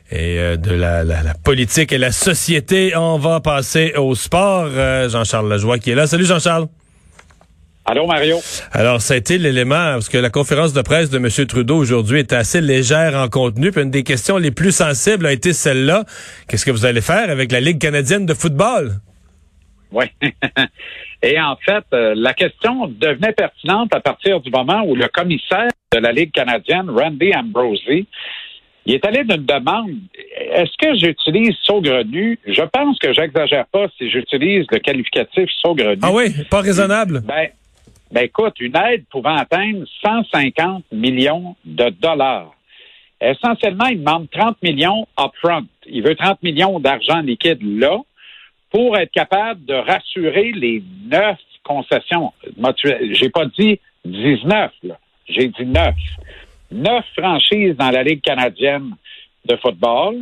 de la politique et la société. On va passer au sport. Jean-Charles Lajoie qui est là. Salut Jean-Charles. Allô Mario. Alors, ça a été l'élément, parce que la conférence de presse de M. Trudeau aujourd'hui était assez légère en contenu, puis une des questions les plus sensibles a été celle-là. Qu'est-ce que vous allez faire avec la Ligue canadienne de football? Oui. Et en fait, la question devenait pertinente à partir du moment où le commissaire de la Ligue canadienne, Randy Ambrosie, il est allé d'une demande. Est-ce que j'utilise saugrenu? Je pense que j'exagère pas si j'utilise le qualificatif saugrenu. Ah oui? Pas raisonnable? Ben écoute, une aide pouvant atteindre 150 millions de dollars. Essentiellement, il demande 30 millions upfront. Il veut 30 millions d'argent liquide là pour être capable de rassurer les 9 concessions. J'ai pas dit 19, là. J'ai dit 9. 9 franchises dans la Ligue canadienne de football.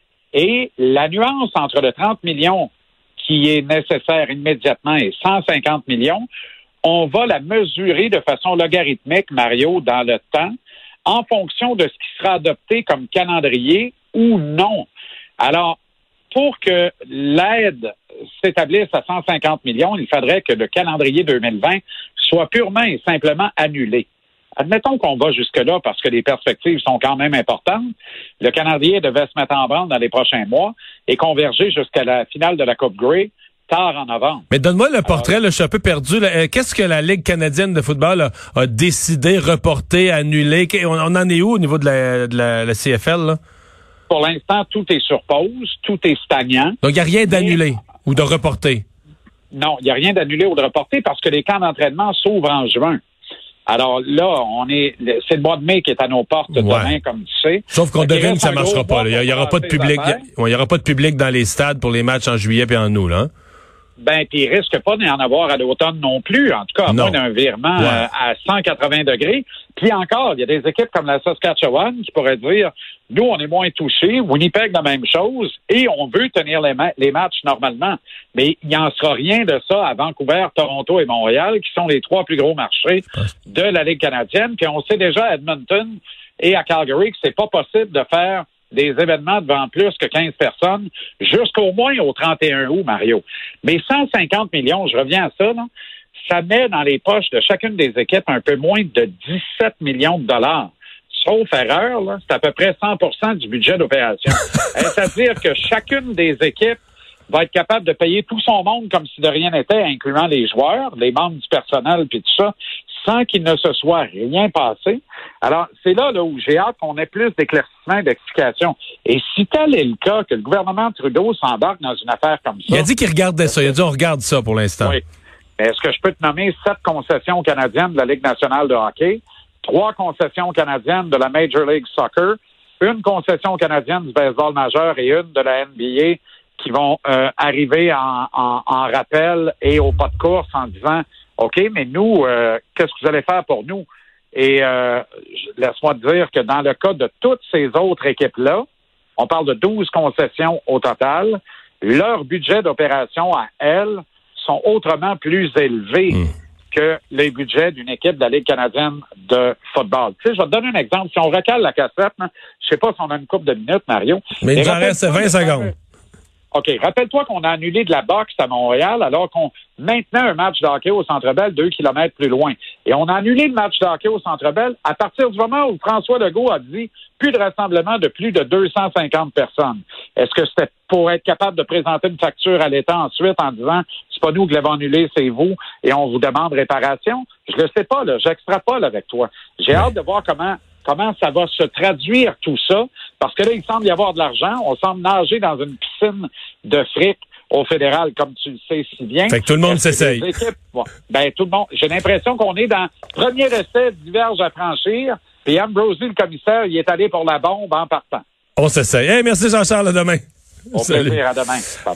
Et la nuance entre le 30 millions qui est nécessaire immédiatement et 150 millions, on va la mesurer de façon logarithmique, Mario, dans le temps, en fonction de ce qui sera adopté comme calendrier ou non. Alors, pour que l'aide s'établisse à 150 millions, il faudrait que le calendrier 2020 soit purement et simplement annulé. Admettons qu'on va jusque-là parce que les perspectives sont quand même importantes. Le calendrier devait se mettre en branle dans les prochains mois et converger jusqu'à la finale de la Coupe Grey tard en novembre. Mais donne-moi le portrait, là, je suis un peu perdu. Qu'est-ce que la Ligue canadienne de football a décidé, reporté, annulé? On en est où au niveau de la CFL, là? Pour l'instant, tout est sur pause, tout est stagnant. Donc, il n'y a rien d'annulé ou de reporté? Non, il n'y a rien d'annulé ou de reporté parce que les camps d'entraînement s'ouvrent en juin. Alors là, c'est le mois de mai qui est à nos portes demain, comme tu sais. Sauf qu'on devine que ça marchera pas. Il y aura pas de public. Il y aura pas de public dans les stades pour les matchs en juillet et en août, là. Hein? Ben, puis il risque pas d'y en avoir à l'automne non plus, en tout cas, à moins d'un virement à 180 degrés. Puis encore, il y a des équipes comme la Saskatchewan qui pourraient dire, nous, on est moins touchés, Winnipeg, la même chose, et on veut tenir les matchs normalement. Mais il n'y en sera rien de ça à Vancouver, Toronto et Montréal, qui sont les 3 plus gros marchés de la Ligue canadienne. Puis on sait déjà à Edmonton et à Calgary que c'est pas possible de faire des événements devant plus que 15 personnes jusqu'au moins au 31 août, Mario. Mais 150 millions, je reviens à ça, là, ça met dans les poches de chacune des équipes un peu moins de 17 millions de dollars. Sauf erreur, là, c'est à peu près 100% du budget d'opération. C'est-à-dire que chacune des équipes va être capable de payer tout son monde comme si de rien n'était, incluant les joueurs, les membres du personnel, puis tout ça, sans qu'il ne se soit rien passé. Alors, c'est là où j'ai hâte qu'on ait plus d'éclaircissements et d'explications. Et si tel est le cas, que le gouvernement Trudeau s'embarque dans une affaire comme ça... Il a dit qu'il regardait ça. Il a dit on regarde ça pour l'instant. Oui. Mais est-ce que je peux te nommer 7 concessions canadiennes de la Ligue nationale de hockey, 3 concessions canadiennes de la Major League Soccer, 1 concession canadienne du baseball majeur et 1 de la NBA qui vont arriver en rappel et au pas de course en disant OK, mais nous, qu'est-ce que vous allez faire pour nous? Et laisse-moi te dire que dans le cas de toutes ces autres équipes-là, on parle de 12 concessions au total, leur budget d'opération à elles sont autrement plus élevés que les budgets d'une équipe de la Ligue canadienne de football. Tu sais, je vais te donner un exemple. Si on recale la cassette, je sais pas si on a une couple de minutes, Mario. Mais il en reste 20 secondes. OK. Rappelle-toi qu'on a annulé de la boxe à Montréal alors qu'on maintenait un match de hockey au Centre Bell 2 kilomètres plus loin. Et on a annulé le match de hockey au Centre Bell à partir du moment où François Legault a dit plus de rassemblement de plus de 250 personnes. Est-ce que c'était pour être capable de présenter une facture à l'État ensuite en disant c'est pas nous qui l'avons annulé, c'est vous, et on vous demande réparation? Je le sais pas, là. J'extrapole avec toi. J'ai hâte de voir comment ça va se traduire tout ça, parce que là, il semble y avoir de l'argent. On semble nager dans une piscine de fric au fédéral, comme tu le sais si bien. Fait que tout le monde s'essaye. Tout le monde. J'ai l'impression qu'on est dans le premier essai diverge à franchir, puis Ambrosie, le commissaire, il est allé pour la bombe en partant. On s'essaye. Hey, merci Jean-Charles, à demain. Au plaisir, à demain.